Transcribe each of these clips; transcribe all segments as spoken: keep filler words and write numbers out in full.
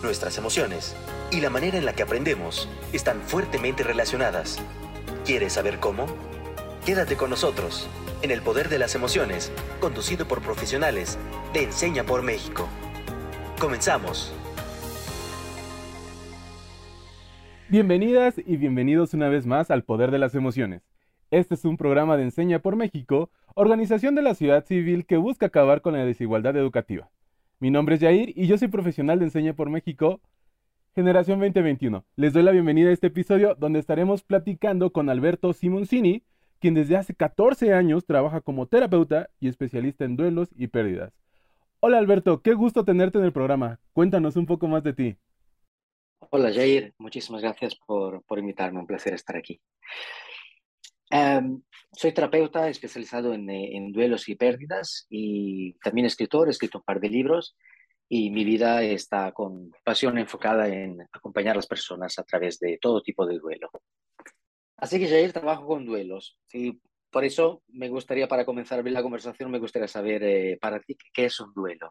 nuestras emociones y la manera en la que aprendemos están fuertemente relacionadas. ¿Quieres saber cómo? Quédate con nosotros en El Poder de las Emociones, conducido por profesionales de Enseña por México. ¡Comenzamos! Bienvenidas y bienvenidos una vez más al Poder de las Emociones. Este es un programa de Enseña por México, organización de la sociedad civil que busca acabar con la desigualdad educativa. Mi nombre es Jair y yo soy profesional de Enseña por México, generación veinte veintiuno. Les doy la bienvenida a este episodio donde estaremos platicando con Alberto Simoncini, quien desde hace catorce años trabaja como terapeuta y especialista en duelos y pérdidas. Hola Alberto, qué gusto tenerte en el programa. Cuéntanos un poco más de ti. Hola Jair, muchísimas gracias por, por invitarme, un placer estar aquí. Um, soy terapeuta especializado en, eh, en duelos y pérdidas y también escritor, he escrito un par de libros y mi vida está con pasión enfocada en acompañar a las personas a través de todo tipo de duelo. Así que Jair, trabajo con duelos y por eso me gustaría, para comenzar la conversación, me gustaría saber eh, para ti qué es un duelo.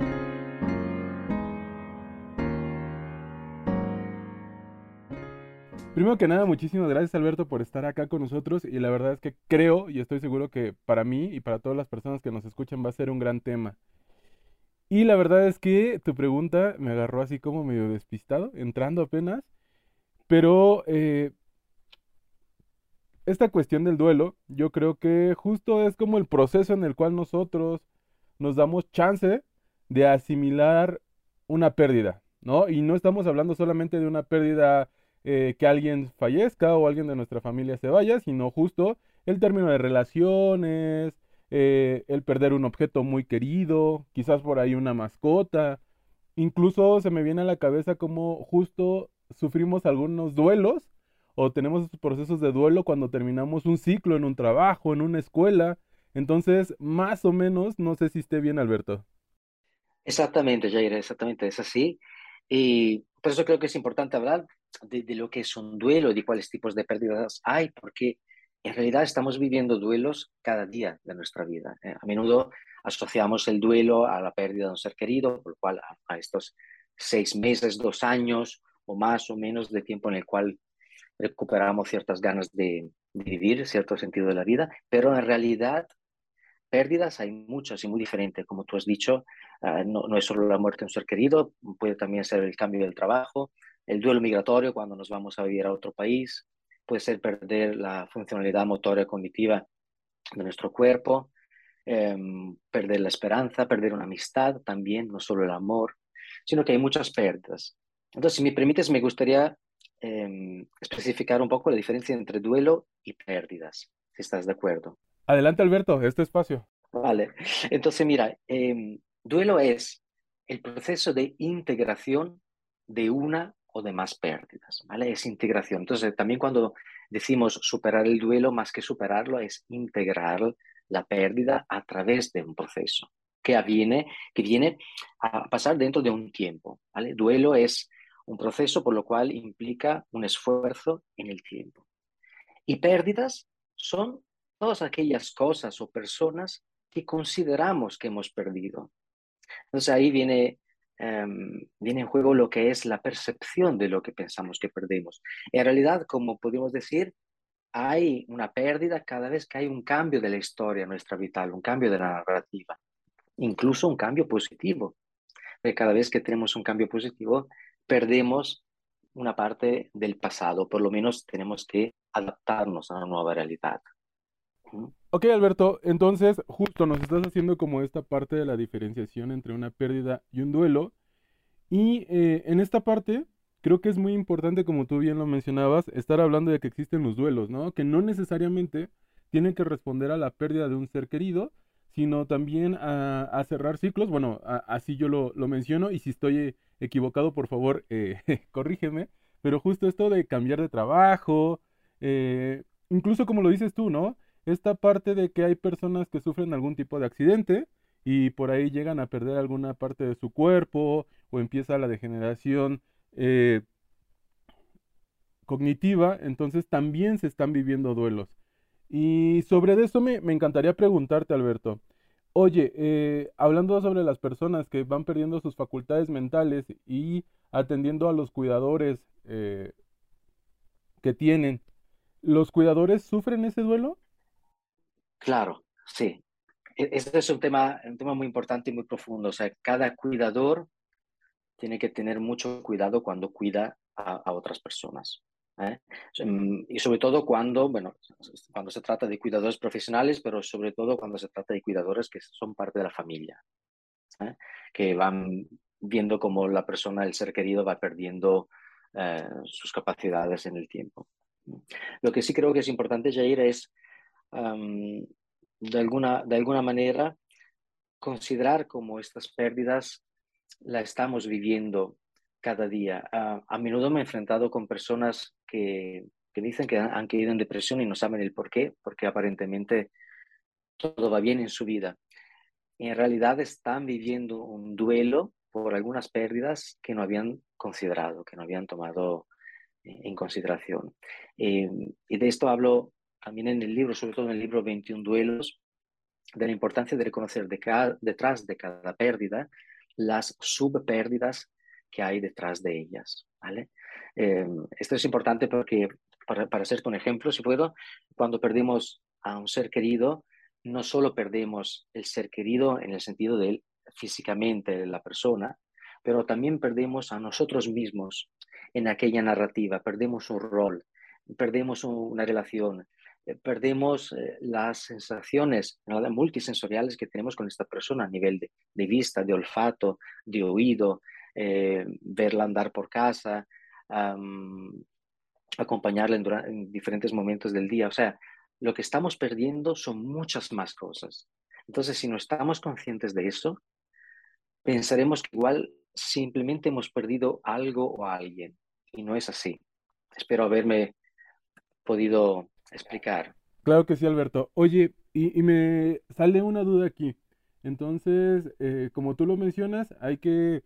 Primero que nada, muchísimas gracias Alberto por estar acá con nosotros y la verdad es que creo y estoy seguro que para mí y para todas las personas que nos escuchan va a ser un gran tema. Y la verdad es que tu pregunta me agarró así como medio despistado, entrando apenas, pero eh, esta cuestión del duelo yo creo que justo es como el proceso en el cual nosotros nos damos chance de asimilar una pérdida, ¿no? Y no estamos hablando solamente de una pérdida eh, que alguien fallezca o alguien de nuestra familia se vaya, sino justo el término de relaciones, eh, el perder un objeto muy querido, quizás por ahí una mascota. Incluso se me viene a la cabeza como justo sufrimos algunos duelos o tenemos estos procesos de duelo cuando terminamos un ciclo en un trabajo, en una escuela. Entonces, más o menos, no sé si esté bien, Alberto. Exactamente, Jair, exactamente, es así. Y por eso creo que es importante hablar de, de lo que es un duelo, de cuáles tipos de pérdidas hay, porque en realidad estamos viviendo duelos cada día de nuestra vida. ¿eh? A menudo asociamos el duelo a la pérdida de un ser querido, por lo cual a, a estos seis meses, dos años o más o menos de tiempo en el cual recuperamos ciertas ganas de, de vivir, cierto sentido de la vida, pero en realidad pérdidas hay muchas y muy diferentes, como tú has dicho, uh, no, no es solo la muerte de un ser querido, puede también ser el cambio del trabajo, el duelo migratorio cuando nos vamos a vivir a otro país, puede ser perder la funcionalidad motora y cognitiva de nuestro cuerpo, eh, perder la esperanza, perder una amistad también, no solo el amor, sino que hay muchas pérdidas. Entonces, si me permites, me gustaría eh, especificar un poco la diferencia entre duelo y pérdidas, si estás de acuerdo. Adelante, Alberto, este espacio. Vale, entonces mira, eh, duelo es el proceso de integración de una o de más pérdidas, ¿vale? Es integración. Entonces, también cuando decimos superar el duelo, más que superarlo, es integrar la pérdida a través de un proceso que viene, que viene a pasar dentro de un tiempo, ¿vale? Duelo es un proceso por lo cual implica un esfuerzo en el tiempo. Y pérdidas son todas aquellas cosas o personas que consideramos que hemos perdido. Entonces ahí viene, um, viene en juego lo que es la percepción de lo que pensamos que perdemos. En realidad, como podemos decir, hay una pérdida cada vez que hay un cambio de la historia nuestra vital, un cambio de la narrativa, incluso un cambio positivo. Porque cada vez que tenemos un cambio positivo, perdemos una parte del pasado, por lo menos tenemos que adaptarnos a una nueva realidad. ¿Mm? Ok, Alberto, entonces justo nos estás haciendo como esta parte de la diferenciación entre una pérdida y un duelo. Y eh, en esta parte creo que es muy importante, como tú bien lo mencionabas, estar hablando de que existen los duelos, ¿no? Que no necesariamente tienen que responder a la pérdida de un ser querido, sino también a, a cerrar ciclos. Bueno, a- así yo lo, lo menciono y si estoy eh, equivocado, por favor, eh, corrígeme. Pero justo esto de cambiar de trabajo, eh, incluso como lo dices tú, ¿no? Esta parte de que hay personas que sufren algún tipo de accidente y por ahí llegan a perder alguna parte de su cuerpo o empieza la degeneración eh, cognitiva, entonces también se están viviendo duelos. Y sobre eso me, me encantaría preguntarte, Alberto, Oye, eh, hablando sobre las personas que van perdiendo sus facultades mentales y atendiendo a los cuidadores eh, que tienen, ¿los cuidadores sufren ese duelo? Claro, sí. E- Este es un tema, un tema muy importante y muy profundo. O sea, cada cuidador tiene que tener mucho cuidado cuando cuida a, a otras personas. ¿Eh? Mm, Y sobre todo cuando, bueno, cuando se trata de cuidadores profesionales, pero sobre todo cuando se trata de cuidadores que son parte de la familia, ¿eh? Que van viendo cómo la persona, el ser querido, va perdiendo eh, sus capacidades en el tiempo. Lo que sí creo que es importante, Jair, es um, de alguna, de alguna manera considerar cómo estas pérdidas la estamos viviendo cada día. Uh, a menudo me he enfrentado con personas que, que dicen que han, han caído en depresión y no saben el por qué, porque aparentemente todo va bien en su vida. En realidad están viviendo un duelo por algunas pérdidas que no habían considerado, que no habían tomado eh, en consideración. Eh, y de esto hablo también en el libro, sobre todo en el libro veintiún duelos, de la importancia de reconocer de cada, detrás de cada pérdida las subpérdidas que hay detrás de ellas. ¿Vale? Eh, esto es importante porque, para, para hacerte un ejemplo, si puedo, cuando perdemos a un ser querido, no solo perdemos el ser querido en el sentido de él, físicamente la persona, pero también perdemos a nosotros mismos en aquella narrativa, perdemos un rol, perdemos una relación, eh, perdemos eh, las sensaciones, ¿no?, multisensoriales que tenemos con esta persona a nivel de, de vista, de olfato, de oído, eh, verla andar por casa, um, acompañarla en, en diferentes momentos del día. O sea, lo que estamos perdiendo son muchas más cosas. Entonces, si no estamos conscientes de eso, pensaremos que igual simplemente hemos perdido algo o a alguien. Y no es así. Espero haberme podido explicar. Claro que sí, Alberto. Oye, y, y me sale una duda aquí. Entonces, eh, como tú lo mencionas, hay que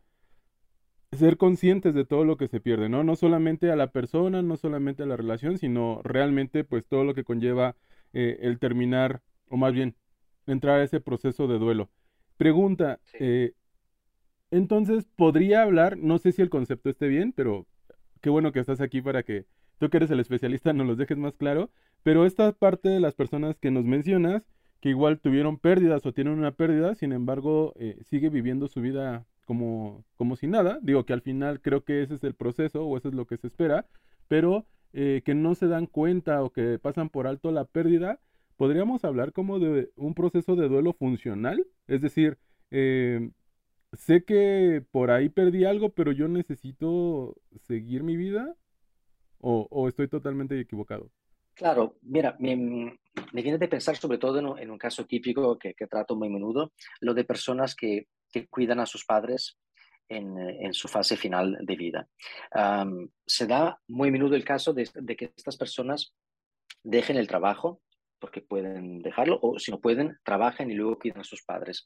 ser conscientes de todo lo que se pierde, ¿no? No solamente a la persona, no solamente a la relación, sino realmente pues todo lo que conlleva eh, el terminar, o más bien, entrar a ese proceso de duelo. Pregunta, Sí. eh, entonces, ¿podría hablar? No sé si el concepto esté bien, pero qué bueno que estás aquí para que tú que eres el especialista nos los dejes más claro. Pero esta parte de las personas que nos mencionas, que igual tuvieron pérdidas o tienen una pérdida, sin embargo, eh, sigue viviendo su vida como, como si nada. Digo que al final creo que ese es el proceso o eso es lo que se espera, pero eh, que no se dan cuenta o que pasan por alto la pérdida. ¿Podríamos hablar como de un proceso de duelo funcional? Es decir, eh, sé que por ahí perdí algo, pero yo necesito seguir mi vida o, o estoy totalmente equivocado. Claro, mira, me, me viene de pensar sobre todo en un, en un caso típico que, que trato muy a menudo, lo de personas que, que cuidan a sus padres en, eh, en su fase final de vida. Am, se da muy a menudo el caso de, de que estas personas dejen el trabajo, porque pueden dejarlo, o si no pueden, trabajen y luego cuidan a sus padres.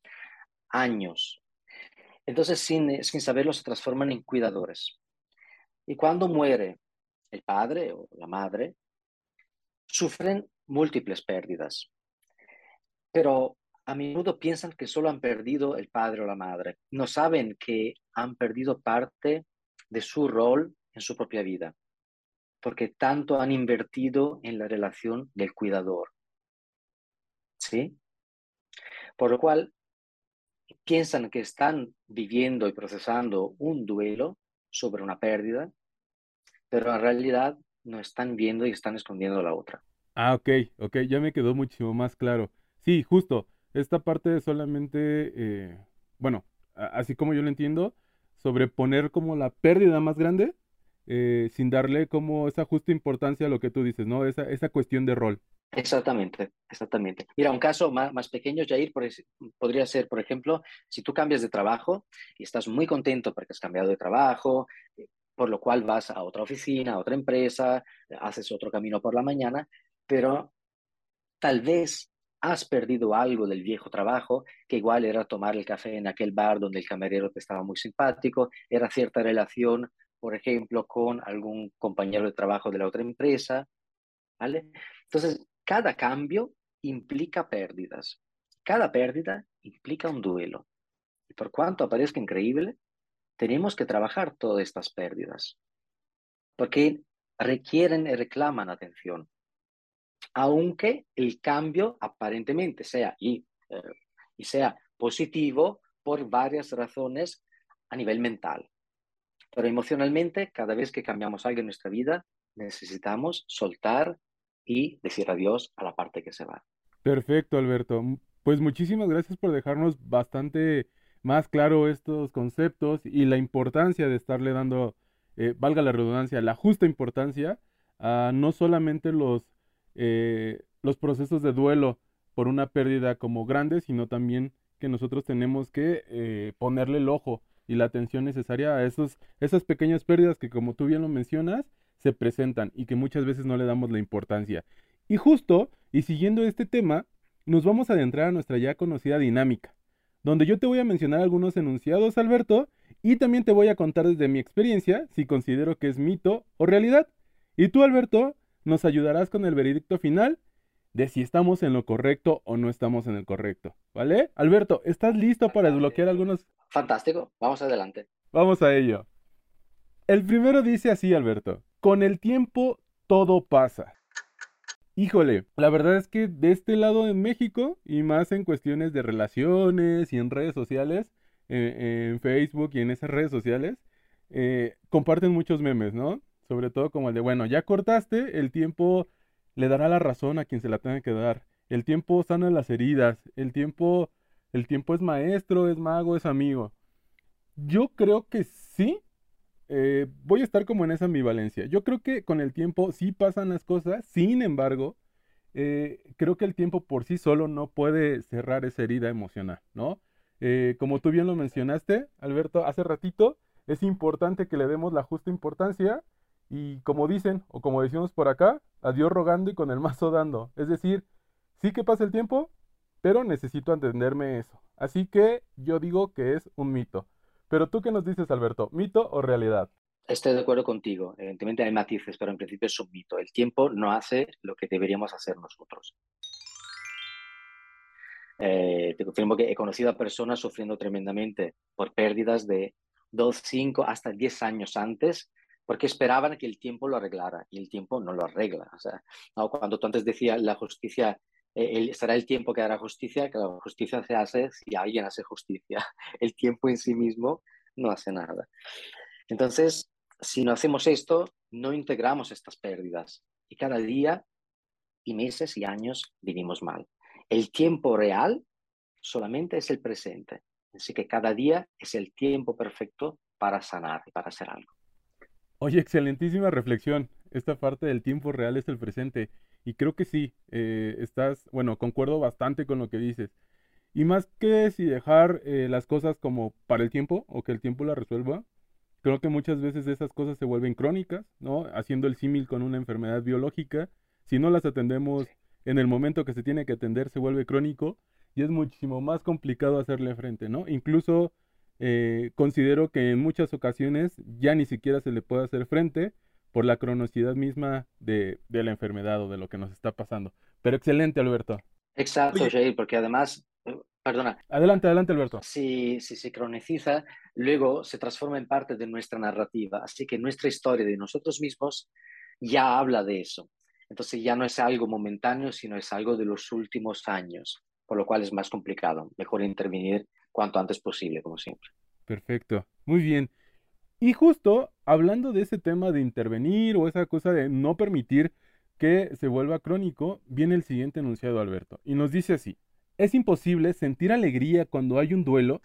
Años. Entonces, sin, eh, sin saberlo, se transforman en cuidadores. Y cuando muere el padre o la madre, sufren múltiples pérdidas, pero a menudo piensan que solo han perdido el padre o la madre. No saben que han perdido parte de su rol en su propia vida, porque tanto han invertido en la relación del cuidador, ¿sí? Por lo cual piensan que están viviendo y procesando un duelo sobre una pérdida, pero en realidad no están viendo y están escondiendo la otra. Ah, ok, ok, ya me quedó muchísimo más claro. Sí, justo, esta parte de solamente, eh, bueno, a- así como yo lo entiendo, sobreponer como la pérdida más grande, eh, sin darle como esa justa importancia a lo que tú dices, ¿no? Esa, esa cuestión de rol. Exactamente, exactamente. Mira, un caso más, más pequeño, Jair, por es- podría ser, por ejemplo, si tú cambias de trabajo y estás muy contento porque has cambiado de trabajo, eh, por lo cual vas a otra oficina, a otra empresa, eh, haces otro camino por la mañana, pero tal vez has perdido algo del viejo trabajo, que igual era tomar el café en aquel bar donde el camarero te estaba muy simpático, era cierta relación, por ejemplo, con algún compañero de trabajo de la otra empresa, ¿vale? Entonces, cada cambio implica pérdidas. Cada pérdida implica un duelo. Y por cuanto parezca increíble, tenemos que trabajar todas estas pérdidas, porque requieren y reclaman atención, aunque el cambio aparentemente sea y, eh, y sea positivo por varias razones a nivel mental. Pero emocionalmente, cada vez que cambiamos algo en nuestra vida, necesitamos soltar y decir adiós a la parte que se va. Perfecto, Alberto. M- Pues muchísimas gracias por dejarnos bastante más claro estos conceptos y la importancia de estarle dando, eh, valga la redundancia, la justa importancia a no solamente los, eh, los procesos de duelo por una pérdida como grande, sino también que nosotros tenemos que eh, ponerle el ojo y la atención necesaria a esos, esas pequeñas pérdidas que, como tú bien lo mencionas, se presentan y que muchas veces no le damos la importancia. Y justo, y siguiendo este tema, nos vamos a adentrar a nuestra ya conocida dinámica, donde yo te voy a mencionar algunos enunciados, Alberto, y también te voy a contar desde mi experiencia si considero que es mito o realidad. Y tú, Alberto, nos ayudarás con el veredicto final de si estamos en lo correcto o no estamos en el correcto, ¿vale? Alberto, ¿estás listo para desbloquear algunos? Fantástico, vamos adelante. Vamos a ello. El primero dice así, Alberto, con el tiempo todo pasa. Híjole, la verdad es que de este lado en México, y más en cuestiones de relaciones y en redes sociales, eh, en Facebook y en esas redes sociales, eh, comparten muchos memes, ¿no? Sobre todo como el de, bueno, ya cortaste, el tiempo le dará la razón a quien se la tenga que dar. El tiempo sana las heridas, el tiempo, el tiempo es maestro, es mago, es amigo. Yo creo que sí, eh, voy a estar como en esa ambivalencia. Yo creo que con el tiempo sí pasan las cosas, sin embargo, eh, creo que el tiempo por sí solo no puede cerrar esa herida emocional, ¿no? Eh, como tú bien lo mencionaste, Alberto, hace ratito, es importante que le demos la justa importancia y como dicen, o como decimos por acá, a Dios rogando y con el mazo dando. Es decir, sí que pasa el tiempo, pero necesito entenderme eso. Así que yo digo que es un mito. Pero tú qué nos dices, Alberto, ¿mito o realidad? Estoy de acuerdo contigo. Evidentemente hay matices, pero en principio es un mito. El tiempo no hace lo que deberíamos hacer nosotros. Eh, te confirmo que he conocido a personas sufriendo tremendamente por pérdidas de dos, cinco, hasta diez años antes, porque esperaban que el tiempo lo arreglara y el tiempo no lo arregla. O sea, ¿no? Cuando tú antes decías la justicia, eh, el, será el tiempo que hará justicia, que la justicia se hace si alguien hace justicia. El tiempo en sí mismo no hace nada. Entonces, si no hacemos esto, no integramos estas pérdidas y cada día y meses y años vivimos mal. El tiempo real solamente es el presente, así que cada día es el tiempo perfecto para sanar y para hacer algo. Oye, excelentísima reflexión. Esta parte del tiempo real es el presente. Y creo que sí, eh, estás, bueno, concuerdo bastante con lo que dices. Y más que si dejar eh, las cosas como para el tiempo o que el tiempo la resuelva, creo que muchas veces esas cosas se vuelven crónicas, ¿no? Haciendo el símil con una enfermedad biológica. Si no las atendemos en el momento que se tiene que atender, se vuelve crónico y es muchísimo más complicado hacerle frente, ¿no? Incluso eh, considero que en muchas ocasiones ya ni siquiera se le puede hacer frente por la cronosidad misma de, de la enfermedad o de lo que nos está pasando. Pero excelente, Alberto. Exacto, Oye, Jair, porque además, eh, perdona, adelante, adelante, Alberto. si, si se croniciza, luego se transforma en parte de nuestra narrativa. Así que nuestra historia de nosotros mismos ya habla de eso. Entonces ya no es algo momentáneo, sino es algo de los últimos años, por lo cual es más complicado. Mejor intervenir cuanto antes posible, como siempre. Perfecto. Muy bien. Y justo hablando de ese tema de intervenir o esa cosa de no permitir que se vuelva crónico, viene el siguiente enunciado, Alberto, y nos dice así: es imposible sentir alegría cuando hay un duelo.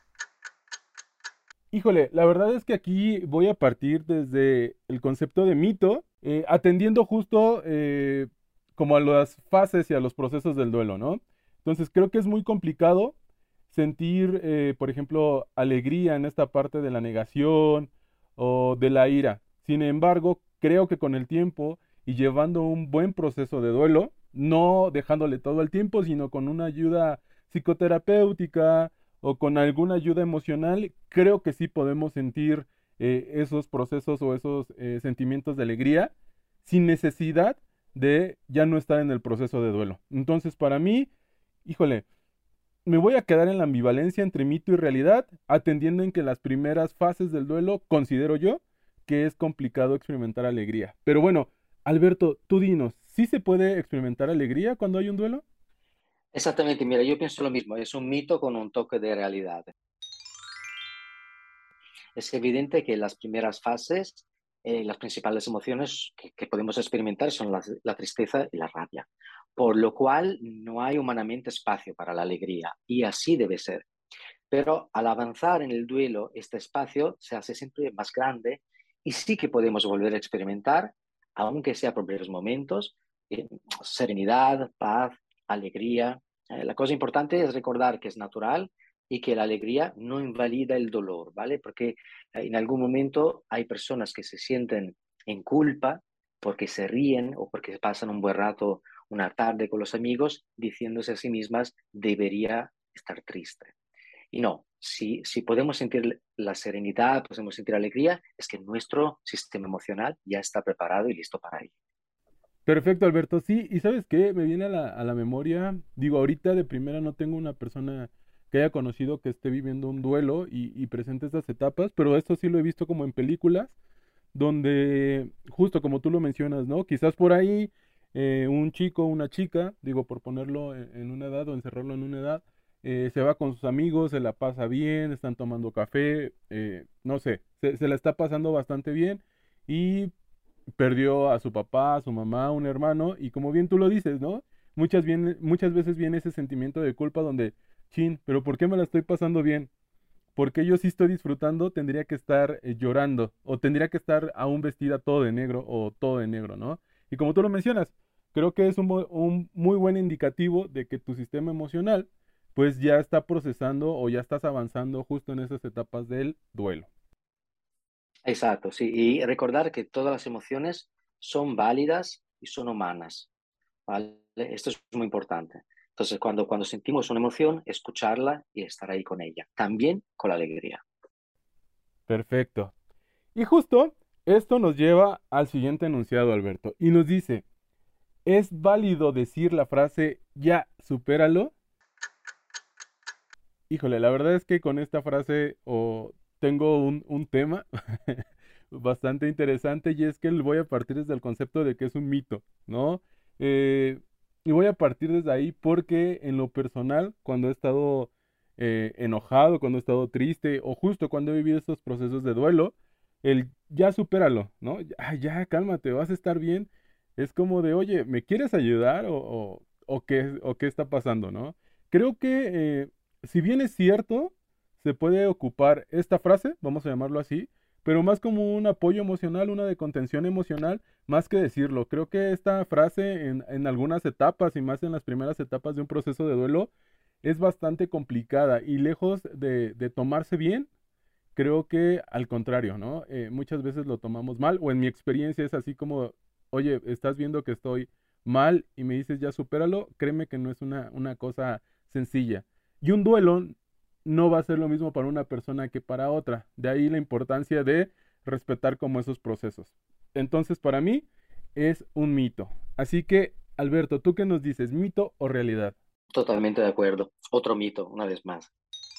Híjole, la verdad es que aquí voy a partir desde el concepto de mito, eh, atendiendo justo eh, como a las fases y a los procesos del duelo, ¿no? Entonces creo que es muy complicado sentir, eh, por ejemplo, alegría en esta parte de la negación o de la ira. Sin embargo, creo que con el tiempo y llevando un buen proceso de duelo, no dejándole todo el tiempo, sino con una ayuda psicoterapéutica o con alguna ayuda emocional, creo que sí podemos sentir eh, esos procesos o esos eh, sentimientos de alegría sin necesidad de ya no estar en el proceso de duelo. Entonces, para mí, híjole, me voy a quedar en la ambivalencia entre mito y realidad, atendiendo en que las primeras fases del duelo considero yo que es complicado experimentar alegría. Pero bueno, Alberto, tú dinos, ¿sí se puede experimentar alegría cuando hay un duelo? Exactamente, mira, yo pienso lo mismo, es un mito con un toque de realidad. Es evidente que en las primeras fases, eh, las principales emociones que, que podemos experimentar son la, la tristeza y la rabia, por lo cual no hay humanamente espacio para la alegría, y así debe ser. Pero al avanzar en el duelo, este espacio se hace siempre más grande y sí que podemos volver a experimentar, aunque sea por breves momentos, eh, serenidad, paz, alegría. Eh, la cosa importante es recordar que es natural y que la alegría no invalida el dolor, ¿vale? Porque eh, en algún momento hay personas que se sienten en culpa porque se ríen o porque pasan un buen rato una tarde con los amigos diciéndose a sí mismas debería estar triste. Y no, si, si podemos sentir la serenidad, podemos sentir alegría, es que nuestro sistema emocional ya está preparado y listo para ello. Perfecto, Alberto. Sí, y ¿sabes qué? Me viene a la, a la memoria, digo, ahorita de primera no tengo una persona que haya conocido que esté viviendo un duelo y, y presente estas etapas, pero esto sí lo he visto como en películas, donde, justo como tú lo mencionas, ¿no? Quizás por ahí eh, un chico o una chica, digo, por ponerlo en, en una edad o encerrarlo en una edad, eh, se va con sus amigos, se la pasa bien, están tomando café, eh, no sé, se, se la está pasando bastante bien y perdió a su papá, a su mamá, a un hermano, y como bien tú lo dices, ¿no? Muchas, viene, muchas veces viene ese sentimiento de culpa donde, chin, pero ¿por qué me la estoy pasando bien? Porque yo sí estoy disfrutando, tendría que estar eh, llorando, o tendría que estar aún vestida todo de negro, o todo de negro, ¿no? Y como tú lo mencionas, creo que es un, bu- un muy buen indicativo de que tu sistema emocional, pues ya está procesando o ya estás avanzando justo en esas etapas del duelo. Exacto, sí. Y recordar que todas las emociones son válidas y son humanas, ¿vale? Esto es muy importante. Entonces, cuando, cuando sentimos una emoción, escucharla y estar ahí con ella, también con la alegría. Perfecto. Y justo esto nos lleva al siguiente enunciado, Alberto, y nos dice, ¿es válido decir la frase ya, supéralo? Híjole, la verdad es que con esta frase o tengo un, un tema bastante interesante y es que voy a partir desde el concepto de que es un mito, ¿no? Eh, y voy a partir desde ahí porque en lo personal, cuando he estado eh, enojado, cuando he estado triste o justo cuando he vivido estos procesos de duelo, el ya supéralo, ¿no? Ya, ya, cálmate, vas a estar bien. Es como de, oye, ¿me quieres ayudar o, o, o qué, o qué está pasando, ¿no? Creo que eh, si bien es cierto, se puede ocupar esta frase, vamos a llamarlo así, pero más como un apoyo emocional, una de contención emocional, más que decirlo. Creo que esta frase en, en algunas etapas y más en las primeras etapas de un proceso de duelo es bastante complicada y lejos de, de tomarse bien, creo que al contrario, ¿no? Eh, muchas veces lo tomamos mal o en mi experiencia es así como, oye, estás viendo que estoy mal y me dices ya supéralo, créeme que no es una, una cosa sencilla. Y un duelo no va a ser lo mismo para una persona que para otra. De ahí la importancia de respetar como esos procesos. Entonces, para mí es un mito. Así que, Alberto, ¿tú qué nos dices? ¿Mito o realidad? Totalmente de acuerdo. Otro mito, una vez más.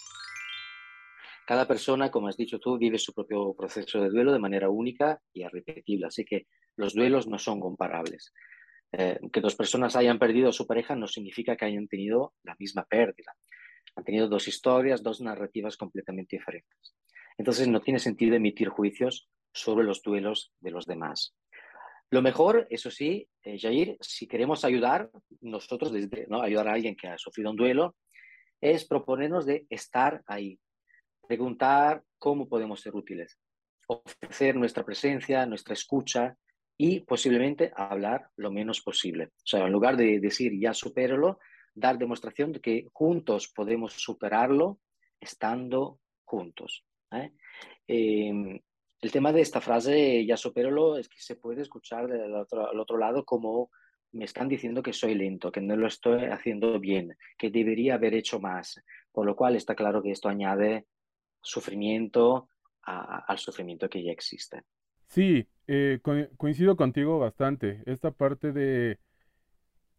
Cada persona, como has dicho tú, vive su propio proceso de duelo de manera única y irrepetible, así que los duelos no son comparables. Eh, que dos personas hayan perdido a su pareja no significa que hayan tenido la misma pérdida. Han tenido dos historias, dos narrativas completamente diferentes. Entonces no tiene sentido emitir juicios sobre los duelos de los demás. Lo mejor, eso sí, eh, Jair, si queremos ayudar, nosotros desde, ¿no? ayudar a alguien que ha sufrido un duelo, es proponernos de estar ahí, preguntar cómo podemos ser útiles, ofrecer nuestra presencia, nuestra escucha y posiblemente hablar lo menos posible. O sea, en lugar de decir ya supéralo, dar demostración de que juntos podemos superarlo estando juntos. ¿eh? Eh, el tema de esta frase, ya supéralo, es que se puede escuchar del otro, al otro lado como me están diciendo que soy lento, que no lo estoy haciendo bien, que debería haber hecho más. Por lo cual está claro que esto añade sufrimiento a- al sufrimiento que ya existe. Sí, eh, co- coincido contigo bastante. Esta parte de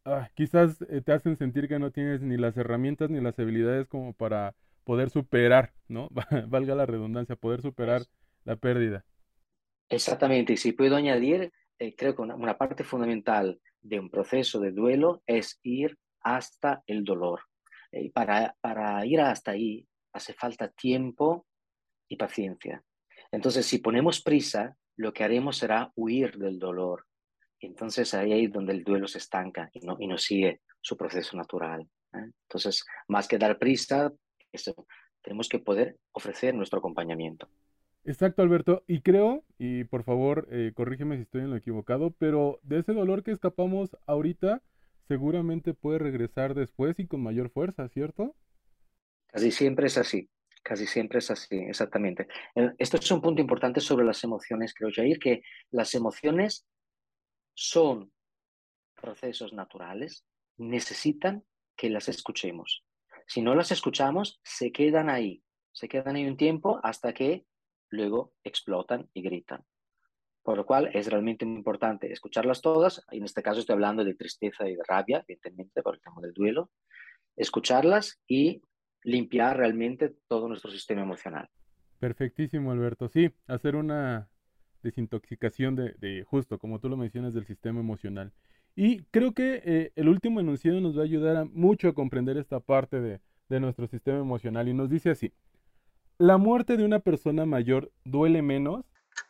ah, quizás eh, te hacen sentir que no tienes ni las herramientas ni las habilidades como para poder superar, ¿no? Valga la redundancia, poder superar Es- la pérdida. Exactamente, y si puedo añadir, eh, creo que una, una parte fundamental de un proceso de duelo es ir hasta el dolor. Eh, para, para ir hasta ahí hace falta tiempo y paciencia. Entonces, si ponemos prisa, lo que haremos será huir del dolor. Entonces, ahí es donde el duelo se estanca y no, y no sigue su proceso natural. ¿Eh? Entonces, más que dar prisa, eso, tenemos que poder ofrecer nuestro acompañamiento. Exacto, Alberto. Y creo, y por favor, eh, corrígeme si estoy en lo equivocado, pero de ese dolor que escapamos ahorita, seguramente puede regresar después y con mayor fuerza, ¿cierto? Casi siempre es así, casi siempre es así, exactamente. Eh, Esto es un punto importante sobre las emociones, creo, Jair, que las emociones son procesos naturales, necesitan que las escuchemos. Si no las escuchamos, se quedan ahí, se quedan ahí un tiempo hasta que luego explotan y gritan. Por lo cual es realmente muy importante escucharlas todas. En este caso estoy hablando de tristeza y de rabia, evidentemente, por el tema del duelo. Escucharlas y limpiar realmente todo nuestro sistema emocional. Perfectísimo, Alberto. Sí, hacer una desintoxicación de, de justo, como tú lo mencionas, del sistema emocional. Y creo que eh, el último enunciado nos va a ayudar a- mucho a comprender esta parte de, de nuestro sistema emocional y nos dice así, la muerte de una persona mayor duele menos.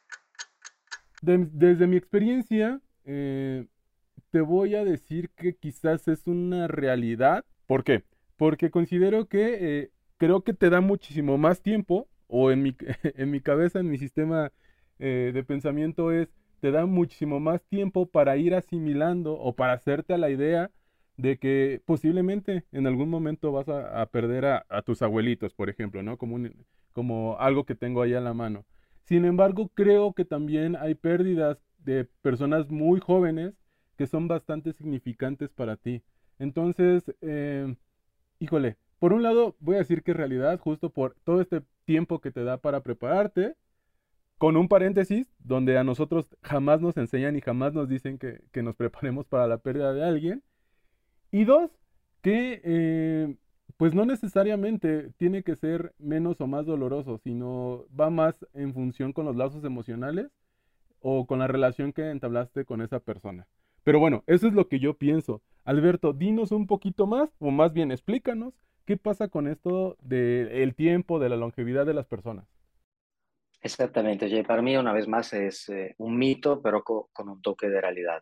De- desde mi experiencia, eh, te voy a decir que quizás es una realidad. ¿Por qué? Porque considero que eh, creo que te da muchísimo más tiempo, o en mi, en mi cabeza, en mi sistema eh, de pensamiento es, te da muchísimo más tiempo para ir asimilando o para hacerte a la idea de que posiblemente en algún momento vas a, a perder a, a tus abuelitos, por ejemplo, ¿no? Como un- como algo que tengo ahí a la mano. Sin embargo, creo que también hay pérdidas de personas muy jóvenes que son bastante significantes para ti. Entonces, eh, híjole, por un lado voy a decir que es realidad, justo por todo este tiempo que te da para prepararte, con un paréntesis donde a nosotros jamás nos enseñan y jamás nos dicen que, que nos preparemos para la pérdida de alguien. Y dos, que eh, pues no necesariamente tiene que ser menos o más doloroso, sino va más en función con los lazos emocionales o con la relación que entablaste con esa persona. Pero bueno, eso es lo que yo pienso. Alberto, dinos un poquito más, o más bien explícanos, qué pasa con esto del tiempo, de la longevidad de las personas. Exactamente, Jay. Para mí, una vez más, es eh, un mito, pero co- con un toque de realidad.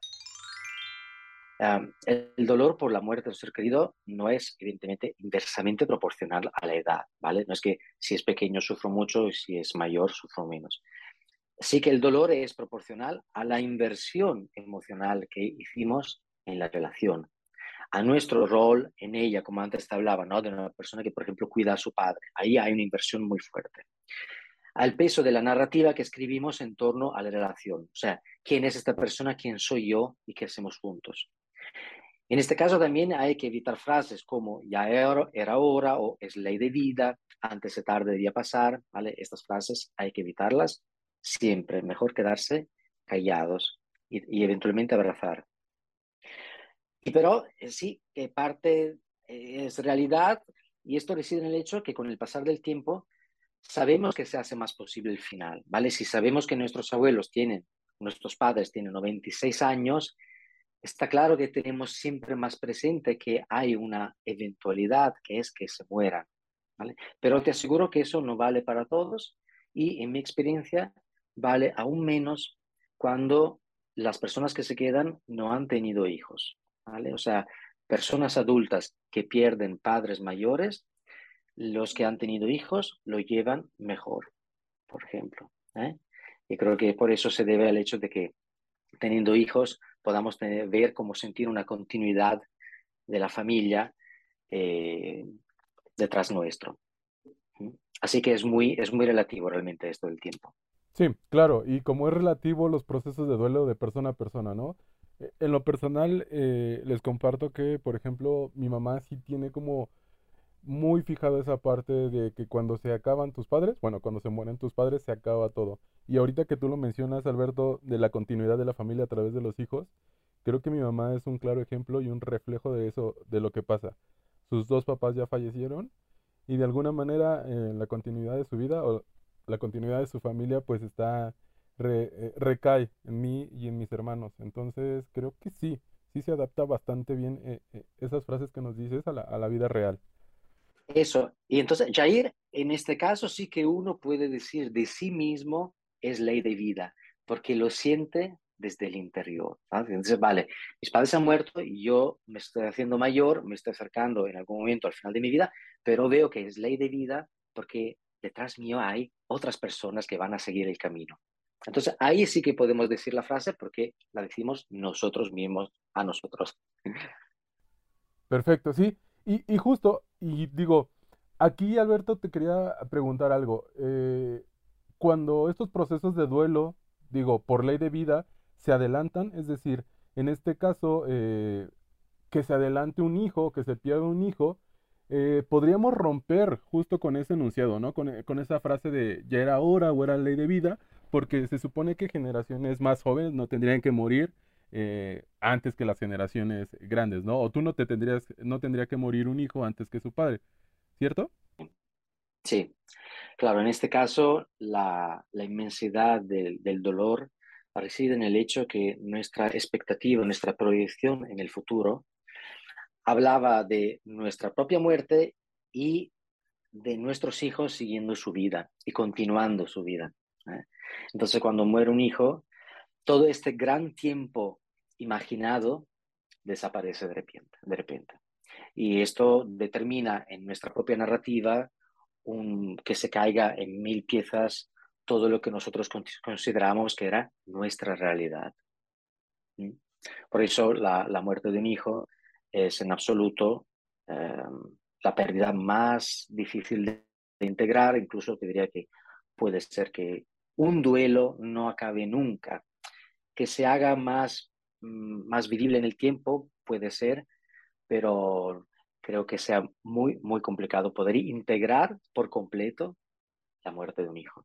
Um, el, el dolor por la muerte de un ser querido no es, evidentemente, inversamente proporcional a la edad, ¿vale? No es que si es pequeño sufro mucho y si es mayor sufro menos. Sí que el dolor es proporcional a la inversión emocional que hicimos en la relación, a nuestro rol en ella, como antes te hablaba, ¿no? De una persona que, por ejemplo, cuida a su padre. Ahí hay una inversión muy fuerte. Al peso de la narrativa que escribimos en torno a la relación. O sea, ¿quién es esta persona? ¿Quién soy yo? ¿Y qué hacemos juntos? En este caso también hay que evitar frases como ya era, era hora o es ley de vida, antes de tarde debía pasar, ¿vale? Estas frases hay que evitarlas siempre. Mejor quedarse callados y, y eventualmente abrazar. Y pero eh, sí, que parte eh, es realidad y esto reside en el hecho que con el pasar del tiempo sabemos que se hace más posible el final, ¿vale? Si sabemos que nuestros abuelos tienen, nuestros padres tienen noventa y seis años, está claro que tenemos siempre más presente que hay una eventualidad que es que se mueran, ¿vale? Pero te aseguro que eso no vale para todos y en mi experiencia vale aún menos cuando las personas que se quedan no han tenido hijos, ¿vale? O sea, personas adultas que pierden padres mayores, los que han tenido hijos lo llevan mejor, por ejemplo, ¿eh? Y creo que por eso se debe al hecho de que teniendo hijos podamos tener, ver cómo sentir una continuidad de la familia eh, detrás nuestro. Así que es muy, es muy relativo realmente esto del tiempo. Sí, claro, y como es relativo los procesos de duelo de persona a persona, ¿no? Eh, En lo personal, eh, les comparto que, por ejemplo, mi mamá sí tiene como muy fijado esa parte de que cuando se acaban tus padres, bueno, cuando se mueren tus padres, se acaba todo. Y ahorita que tú lo mencionas, Alberto, de la continuidad de la familia a través de los hijos, Creo que mi mamá es un claro ejemplo y un reflejo de eso, de lo que pasa. Sus dos papás ya fallecieron y de alguna manera eh, la continuidad de su vida o la continuidad de su familia pues está re- eh, recae en mí y en mis hermanos. Entonces creo que sí, sí se adapta bastante bien eh, eh, esas frases que nos dices a la, a la vida real. Eso. Y entonces, Jair, en este caso sí que uno puede decir de sí mismo es ley de vida, porque lo siente desde el interior. ¿Sabes? Entonces, vale, mis padres han muerto y yo me estoy haciendo mayor, me estoy acercando en algún momento al final de mi vida, pero veo que es ley de vida porque detrás mío hay otras personas que van a seguir el camino. Entonces, ahí sí que podemos decir la frase porque la decimos nosotros mismos a nosotros. Perfecto, sí. Y, y justo, y digo, aquí Alberto te quería preguntar algo. Eh, cuando estos procesos de duelo, digo, por ley de vida, se adelantan, es decir, en este caso, eh, que se adelante un hijo, que se pierda un hijo, eh, podríamos romper justo con ese enunciado, ¿no? Con, e- con esa frase de ya era hora o era ley de vida, porque se supone que generaciones más jóvenes no tendrían que morir eh, antes que las generaciones grandes, ¿no? O tú no te tendrías, no tendría que morir un hijo antes que su padre, ¿cierto? Sí. Claro, en este caso, la, la inmensidad del, del dolor reside en el hecho que nuestra expectativa, nuestra proyección en el futuro hablaba de nuestra propia muerte y de nuestros hijos siguiendo su vida y continuando su vida. ¿Eh? Entonces, cuando muere un hijo, todo este gran tiempo imaginado desaparece de repente, de repente. Y esto determina en nuestra propia narrativa un, que se caiga en mil piezas todo lo que nosotros consideramos que era nuestra realidad. ¿Mm? Por eso la, la, muerte de un hijo es en absoluto eh, la pérdida más difícil de, de integrar, incluso te diría que puede ser que un duelo no acabe nunca, que se haga más, mm, más vivible en el tiempo, puede ser, pero creo que sea muy, muy complicado poder integrar por completo la muerte de un hijo.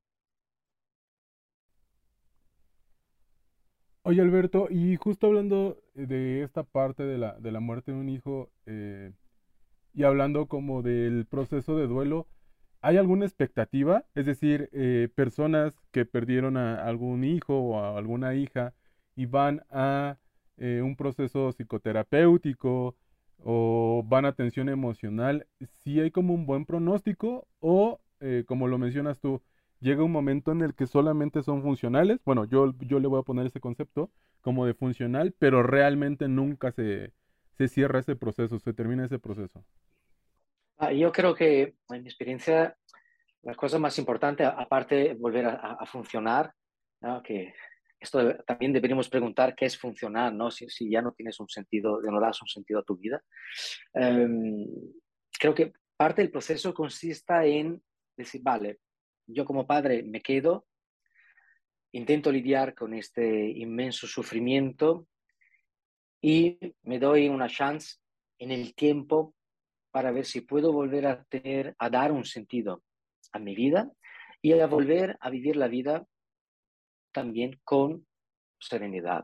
Oye Alberto, y justo hablando de esta parte de la, de la muerte de un hijo, eh, y hablando como del proceso de duelo, ¿hay alguna expectativa? Es decir, eh, personas que perdieron a algún hijo o a alguna hija y van a eh, un proceso psicoterapéutico o van a atención emocional, ¿sí hay como un buen pronóstico o, eh, como lo mencionas tú, llega un momento en el que solamente son funcionales? Bueno, yo, yo le voy a poner ese concepto como de funcional, pero realmente nunca se, se cierra ese proceso, se termina ese proceso. Ah, yo creo que en mi experiencia la cosa más importante, aparte de volver a, a funcionar, ¿no? Que esto de- también deberíamos preguntar qué es funcionar, ¿no? Si, si ya no tienes un sentido, no das un sentido a tu vida. Um, Creo que parte del proceso consista en decir, vale, yo como padre me quedo, intento lidiar con este inmenso sufrimiento y me doy una chance en el tiempo para ver si puedo volver a tener, a dar un sentido a mi vida y a volver a vivir la vida también con serenidad.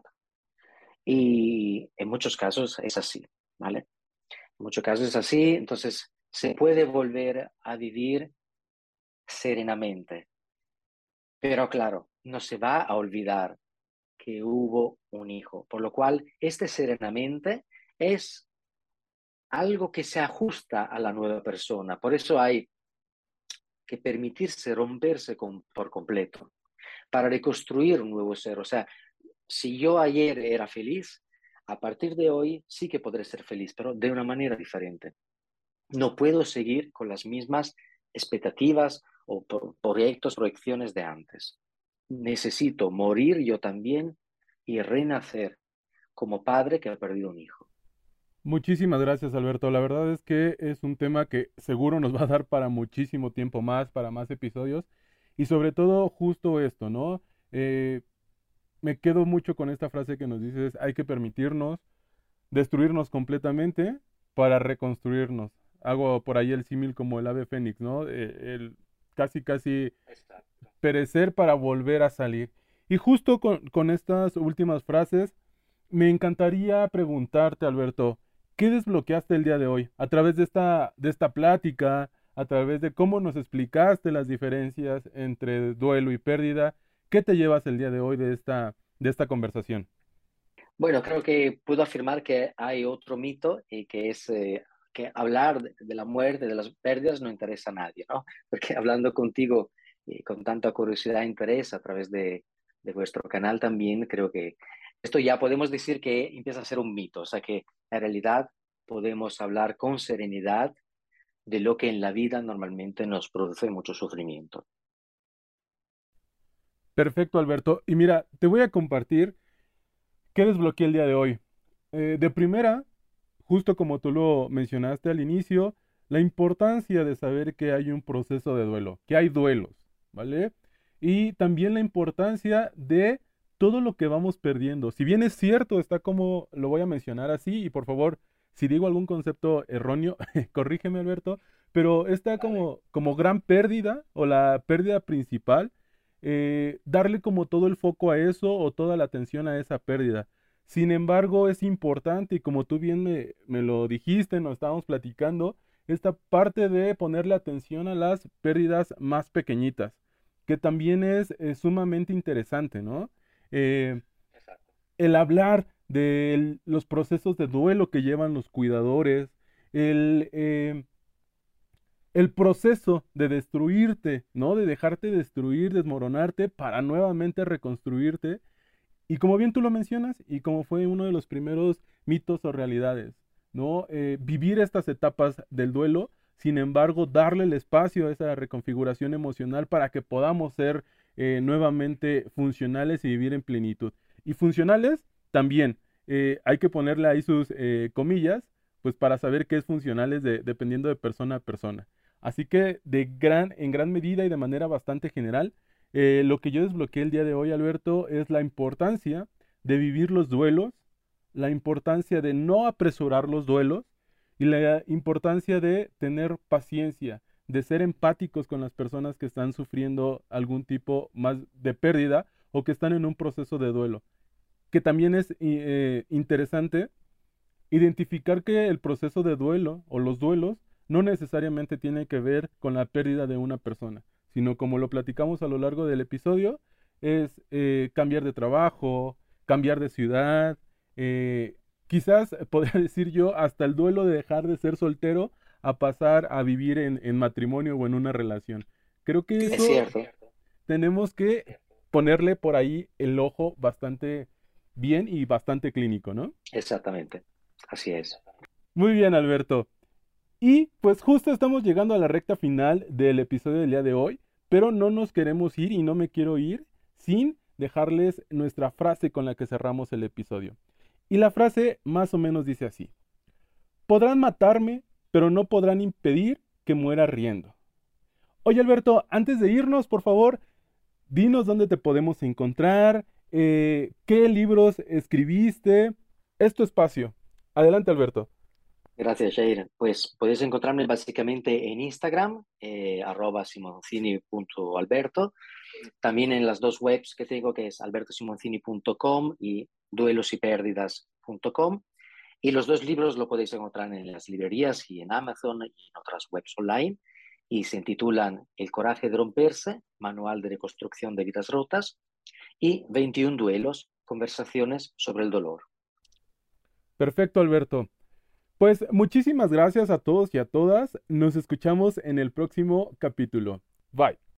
Y en muchos casos es así, ¿vale? En muchos casos es así, entonces se puede volver a vivir serenamente, pero claro, no se va a olvidar que hubo un hijo, por lo cual este serenamente es algo que se ajusta a la nueva persona, por eso hay que permitirse romperse con, por completo para reconstruir un nuevo ser. O sea, si yo ayer era feliz, a partir de hoy sí que podré ser feliz, pero de una manera diferente. No puedo seguir con las mismas expectativas o proyectos, proyecciones de antes. Necesito morir yo también y renacer como padre que ha perdido un hijo. Muchísimas gracias, Alberto. La verdad es que es un tema que seguro nos va a dar para muchísimo tiempo más, para más episodios. Y sobre todo justo esto, ¿no? Eh, me quedo mucho con esta frase que nos dices, hay que permitirnos destruirnos completamente para reconstruirnos. Hago por ahí el símil como el ave fénix, ¿no? Eh, el casi, casi Exacto. perecer para volver a salir. Y justo con, con estas últimas frases, me encantaría preguntarte, Alberto, ¿qué desbloqueaste el día de hoy? A través de esta, de esta plática, a través de cómo nos explicaste las diferencias entre duelo y pérdida, ¿qué te llevas el día de hoy de esta, de esta conversación? Bueno, creo que puedo afirmar que hay otro mito y que es eh, que hablar de, de la muerte, de las pérdidas, no interesa a nadie, ¿no? Porque hablando contigo eh, con tanta curiosidad e interés a través de, de vuestro canal también, creo que esto ya podemos decir que empieza a ser un mito, o sea que en realidad podemos hablar con serenidad de lo que en la vida normalmente nos produce mucho sufrimiento. Perfecto, Alberto. Y mira, te voy a compartir qué desbloqueé el día de hoy. Eh, de primera, justo como tú lo mencionaste al inicio, la importancia de saber que hay un proceso de duelo, que hay duelos, ¿vale? Y también la importancia de todo lo que vamos perdiendo. Si bien es cierto, está como lo voy a mencionar así, y por favor, si digo algún concepto erróneo, corrígeme, Alberto, pero está Vale. como, como gran pérdida o la pérdida principal, eh, darle como todo el foco a eso o toda la atención a esa pérdida. Sin embargo, es importante, y como tú bien me, me lo dijiste, nos estábamos platicando, esta parte de ponerle atención a las pérdidas más pequeñitas, que también es, eh, sumamente interesante, ¿no? Eh, Exacto. el hablar de el- los procesos de duelo que llevan los cuidadores, el, eh, el proceso de destruirte, ¿no? De dejarte destruir, desmoronarte para nuevamente reconstruirte y como bien tú lo mencionas, y como fue uno de los primeros mitos o realidades, ¿no? Eh, vivir estas etapas del duelo, sin embargo, darle el espacio a esa reconfiguración emocional para que podamos ser eh, nuevamente funcionales y vivir en plenitud. Y funcionales también, eh, hay que ponerle ahí sus eh, comillas, pues para saber qué es funcionales de- dependiendo de persona a persona. Así que de gran, en gran medida y de manera bastante general, eh, lo que yo desbloqueé el día de hoy, Alberto, es la importancia de vivir los duelos, la importancia de no apresurar los duelos y la importancia de tener paciencia, de ser empáticos con las personas que están sufriendo algún tipo más de pérdida o que están en un proceso de duelo. Que también es eh, interesante identificar que el proceso de duelo o los duelos no necesariamente tiene que ver con la pérdida de una persona, sino como lo platicamos a lo largo del episodio, es eh, cambiar de trabajo, cambiar de ciudad, eh, quizás podría decir yo hasta el duelo de dejar de ser soltero a pasar a vivir en, en matrimonio o en una relación. Creo que Es eso cierto, tenemos que ponerle por ahí el ojo bastante bien y bastante clínico, ¿no? exactamente. Así es. Muy bien, Alberto. Y pues justo estamos llegando a la recta final del episodio del día de hoy, pero no nos queremos ir y no me quiero ir sin dejarles nuestra frase con la que cerramos el episodio. Y la frase más o menos dice así: podrán matarme, pero no podrán impedir que muera riendo. Oye, Alberto, antes de irnos, por favor, dinos dónde te podemos encontrar, eh, qué libros escribiste. Es tu espacio. Adelante, Alberto. Gracias, Jair. Pues podéis encontrarme básicamente en Instagram, eh, arroba simoncini punto alberto. También en las dos webs que tengo, que es alberto simoncini punto com y duelos y pérdidas punto com. Y los dos libros lo podéis encontrar en las librerías y en Amazon y en otras webs online. Y se titulan El coraje de romperse, Manual de reconstrucción de vidas rotas, y veintiún duelos, conversaciones sobre el dolor. Perfecto, Alberto. Pues muchísimas gracias a todos y a todas. Nos escuchamos en el próximo capítulo. Bye.